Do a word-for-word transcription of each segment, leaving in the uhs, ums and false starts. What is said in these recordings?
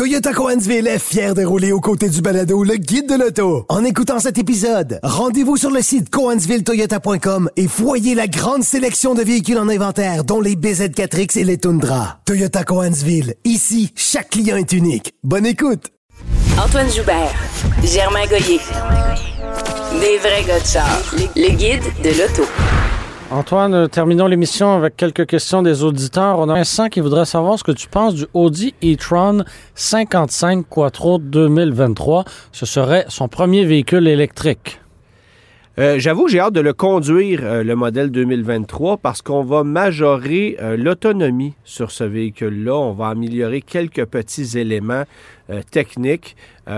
Toyota Cohensville est fier de rouler aux côtés du balado Le Guide de l'auto. En écoutant cet épisode, rendez-vous sur le site cohensville toyota point com et voyez la grande sélection de véhicules en inventaire, dont les B Z quatre X et les Tundra. Toyota Cohensville. Ici, chaque client est unique. Bonne écoute. Antoine Joubert, Germain Goyer. Des vrais gars de char. Le Guide de l'auto. Antoine, terminons l'émission avec quelques questions des auditeurs. On a Vincent qui voudrait savoir ce que tu penses du Audi e-tron cinquante-cinq Quattro deux mille vingt-trois. Ce serait son premier véhicule électrique. Euh, j'avoue, j'ai hâte de le conduire, euh, le modèle deux mille vingt-trois, parce qu'on va majorer euh, l'autonomie sur ce véhicule-là. On va améliorer quelques petits éléments euh, techniques.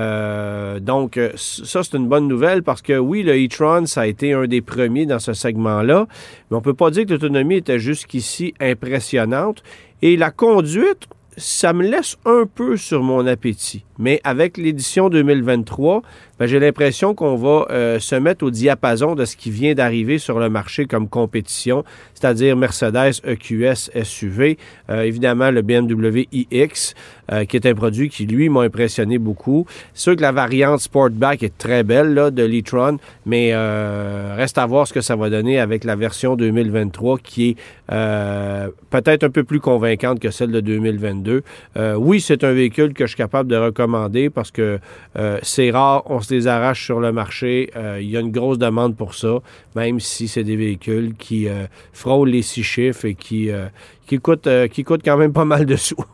Euh, donc, euh, ça, c'est une bonne nouvelle parce que, oui, le e-tron, ça a été un des premiers dans ce segment-là, mais on peut pas dire que l'autonomie était jusqu'ici impressionnante. Et la conduite, ça me laisse un peu sur mon appétit. Mais avec l'édition deux mille vingt-trois, ben, j'ai l'impression qu'on va euh, se mettre au diapason de ce qui vient d'arriver sur le marché comme compétition, c'est-à-dire Mercedes E Q S S U V, euh, évidemment le B M W iX, euh, qui est un produit qui, lui, m'a impressionné beaucoup. C'est sûr que la variante Sportback est très belle là, de l'e-tron, mais euh, reste à voir ce que ça va donner avec la version deux mille vingt-trois qui est euh, peut-être un peu plus convaincante que celle de deux mille vingt-deux. Euh, oui, c'est un véhicule que je suis capable de recommander parce que euh, c'est rare, on se les arrache sur le marché. Euh, il y a une grosse demande pour ça, même si c'est des véhicules qui euh, frôlent les six chiffres et qui, euh, qui, coûtent, euh, qui coûtent quand même pas mal de sous.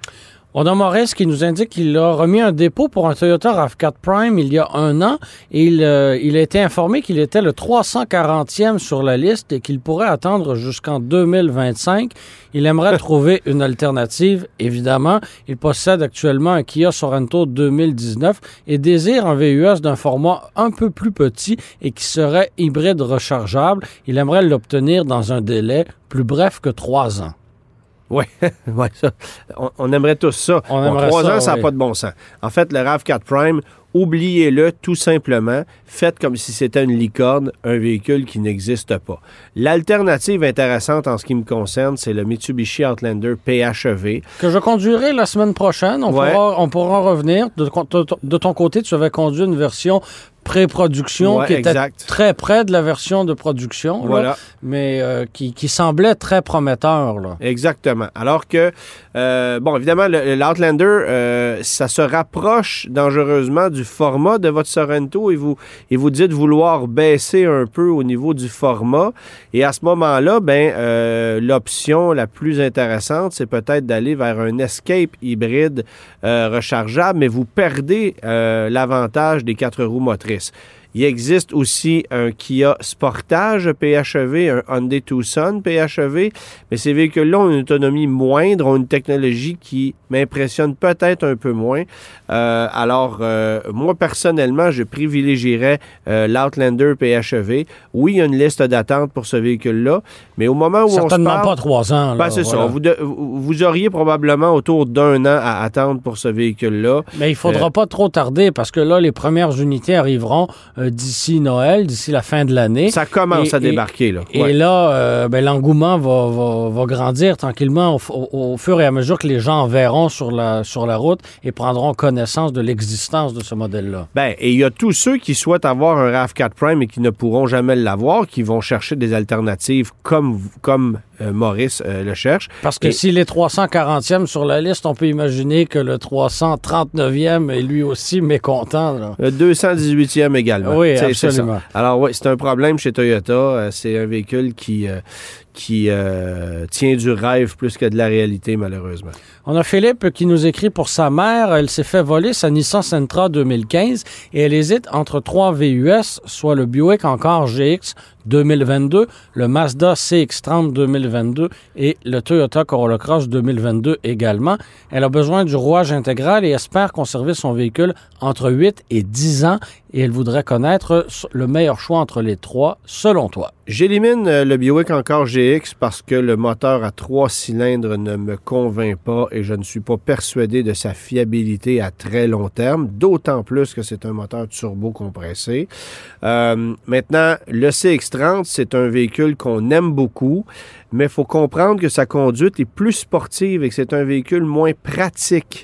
On a Maurice qui nous indique qu'il a remis un dépôt pour un Toyota RAV quatre Prime il y a un an et il, euh, il a été informé qu'il était le trois cent quarantième sur la liste et qu'il pourrait attendre jusqu'en deux mille vingt-cinq. Il aimerait trouver une alternative, évidemment. Il possède actuellement un Kia Sorento deux mille dix-neuf et désire un V U S d'un format un peu plus petit et qui serait hybride rechargeable. Il aimerait l'obtenir dans un délai plus bref que trois ans. Oui, ouais, ça. On, on aimerait tous ça. On bon, aimerait trois ça, ans, ça n'a oui. pas de bon sens. En fait, le RAV quatre Prime, oubliez-le tout simplement. Faites comme si c'était une licorne, un véhicule qui n'existe pas. L'alternative intéressante en ce qui me concerne, c'est le Mitsubishi Outlander P H E V. Que je conduirai la semaine prochaine. On, Ouais. pourra, on pourra revenir. De, de, de ton côté, tu avais conduit une version pré-production Ouais, qui était exact. très près de la version de production, là, Voilà. mais euh, qui, qui semblait très prometteur. Là. Exactement. Alors que, euh, bon, évidemment, le, l'Outlander, euh, ça se rapproche dangereusement du format de votre Sorento et vous, et vous dites vouloir baisser un peu au niveau du format. Et à ce moment-là, ben, euh, l'option la plus intéressante, c'est peut-être d'aller vers un Escape hybride euh, rechargeable, mais vous perdez euh, l'avantage des quatre roues motrices. Il existe aussi un Kia Sportage P H E V, un Hyundai Tucson P H E V, mais ces véhicules-là ont une autonomie moindre, ont une technologie qui m'impressionne peut-être un peu moins. Euh, alors, euh, moi, personnellement, je privilégierais euh, l'Outlander P H E V. Oui, il y a une liste d'attente pour ce véhicule-là, mais au moment où Certainement on se parle... pas trois ans. Là, Ben, c'est voilà. ça. Vous, de, vous auriez probablement autour d'un an à attendre pour ce véhicule-là. Mais il faudra Euh, pas trop tarder parce que là, les premières unités arriveront euh, d'ici Noël, d'ici la fin de l'année. Ça commence Et- à débarquer, là. Et Ouais. là, euh, ben, l'engouement va, va, va grandir tranquillement au, au, au fur et à mesure que les gens verront sur la, sur la route et prendront connaissance de l'existence de ce modèle-là. Ben, et il y a tous ceux qui souhaitent avoir un RAV quatre Prime et qui ne pourront jamais l'avoir, qui vont chercher des alternatives comme, comme euh, Maurice euh, le cherche. Parce que Et- s'il est trois cent quarantième sur la liste, on peut imaginer que le trois cent trente-neuvième est lui aussi mécontent. Là. Le deux cent dix-huitième également. Oui, C'est- c'est absolument. ça. Alors oui, c'est un problème chez Toyota. Euh, c'est un véhicule qui, euh, qui euh, tient du rêve plus que de la réalité, malheureusement. On a Philippe qui nous écrit pour sa mère. Elle s'est fait voler sa Nissan Sentra deux mille quinze et elle hésite entre trois V U S, soit le Buick Encore G X deux mille vingt-deux, le Mazda C X trente deux mille vingt-deux et le Toyota Corolla Cross deux mille vingt-deux également. Elle a besoin du rouage intégral et espère conserver son véhicule entre huit et dix ans et elle voudrait connaître le meilleur choix entre les trois, selon toi. J'élimine euh, le Buick Encore G X parce que le moteur à trois cylindres ne me convainc pas et je ne suis pas persuadé de sa fiabilité à très long terme, d'autant plus que c'est un moteur turbo compressé. Euh, maintenant, le C X trente, c'est un véhicule qu'on aime beaucoup, mais il faut comprendre que sa conduite est plus sportive et que c'est un véhicule moins pratique.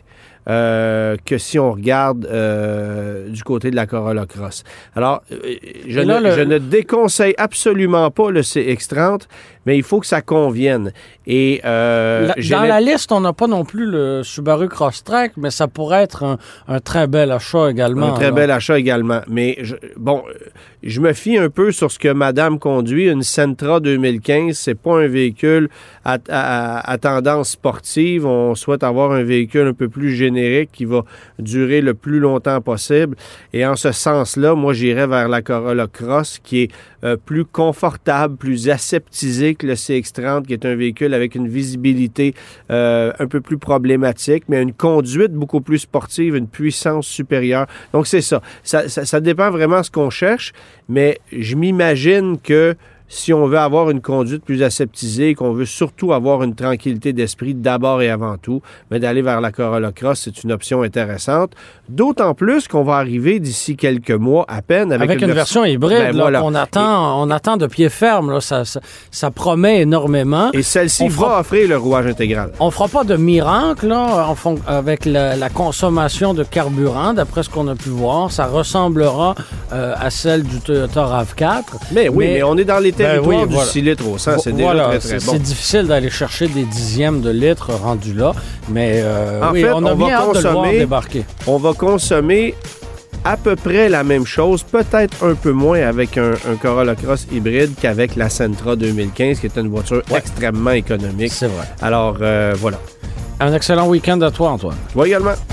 euh, que si on regarde euh, du côté de la Corolla Cross. Alors, je, là, ne, le... je ne déconseille absolument pas le C X trente, mais il faut que ça convienne. Et, euh, la, dans la liste, on n'a pas non plus le Subaru Crosstrek, mais ça pourrait être un, un très bel achat également. Un très là. bel achat également. Mais, je, bon, je me fie un peu sur ce que madame conduit. Une Sentra deux mille quinze, c'est pas un véhicule à, à, à tendance sportive. On souhaite avoir un véhicule un peu plus générique qui va durer le plus longtemps possible. Et en ce sens-là, moi, j'irais vers la Corolla Cross, qui est euh, plus confortable, plus aseptisé que le C X trente, qui est un véhicule avec une visibilité euh, un peu plus problématique, mais une conduite beaucoup plus sportive, une puissance supérieure. Donc, c'est ça. Ça, ça, ça dépend vraiment de ce qu'on cherche, mais je m'imagine que si on veut avoir une conduite plus aseptisée, qu'on veut surtout avoir une tranquillité d'esprit d'abord et avant tout, mais d'aller vers la Corolla Cross, c'est une option intéressante. D'autant plus qu'on va arriver d'ici quelques mois à peine avec, avec une, une version, version hybride ben, là, voilà. qu'on attend, et, on attend de pied ferme. Là, ça, ça, ça promet énormément. Et celle-ci on va fera, offrir le rouage intégral. On ne fera pas de miracle là, en fond, avec la, la consommation de carburant, d'après ce qu'on a pu voir. Ça ressemblera euh, à celle du Toyota RAV quatre. Mais oui, mais, mais on est dans les territoire ben oui, du voilà. six litres au cent, c'est voilà, déjà très, très bon. C'est difficile d'aller chercher des dixièmes de litres rendus là, mais euh, en oui, fait, on a on bien va hâte consommer, de le voir débarquer. On va consommer à peu près la même chose, peut-être un peu moins avec un, un Corolla Cross hybride qu'avec la Sentra deux mille quinze, qui est une voiture ouais. extrêmement économique. C'est vrai. Alors, euh, voilà. Un excellent week-end à toi, Antoine. Toi également.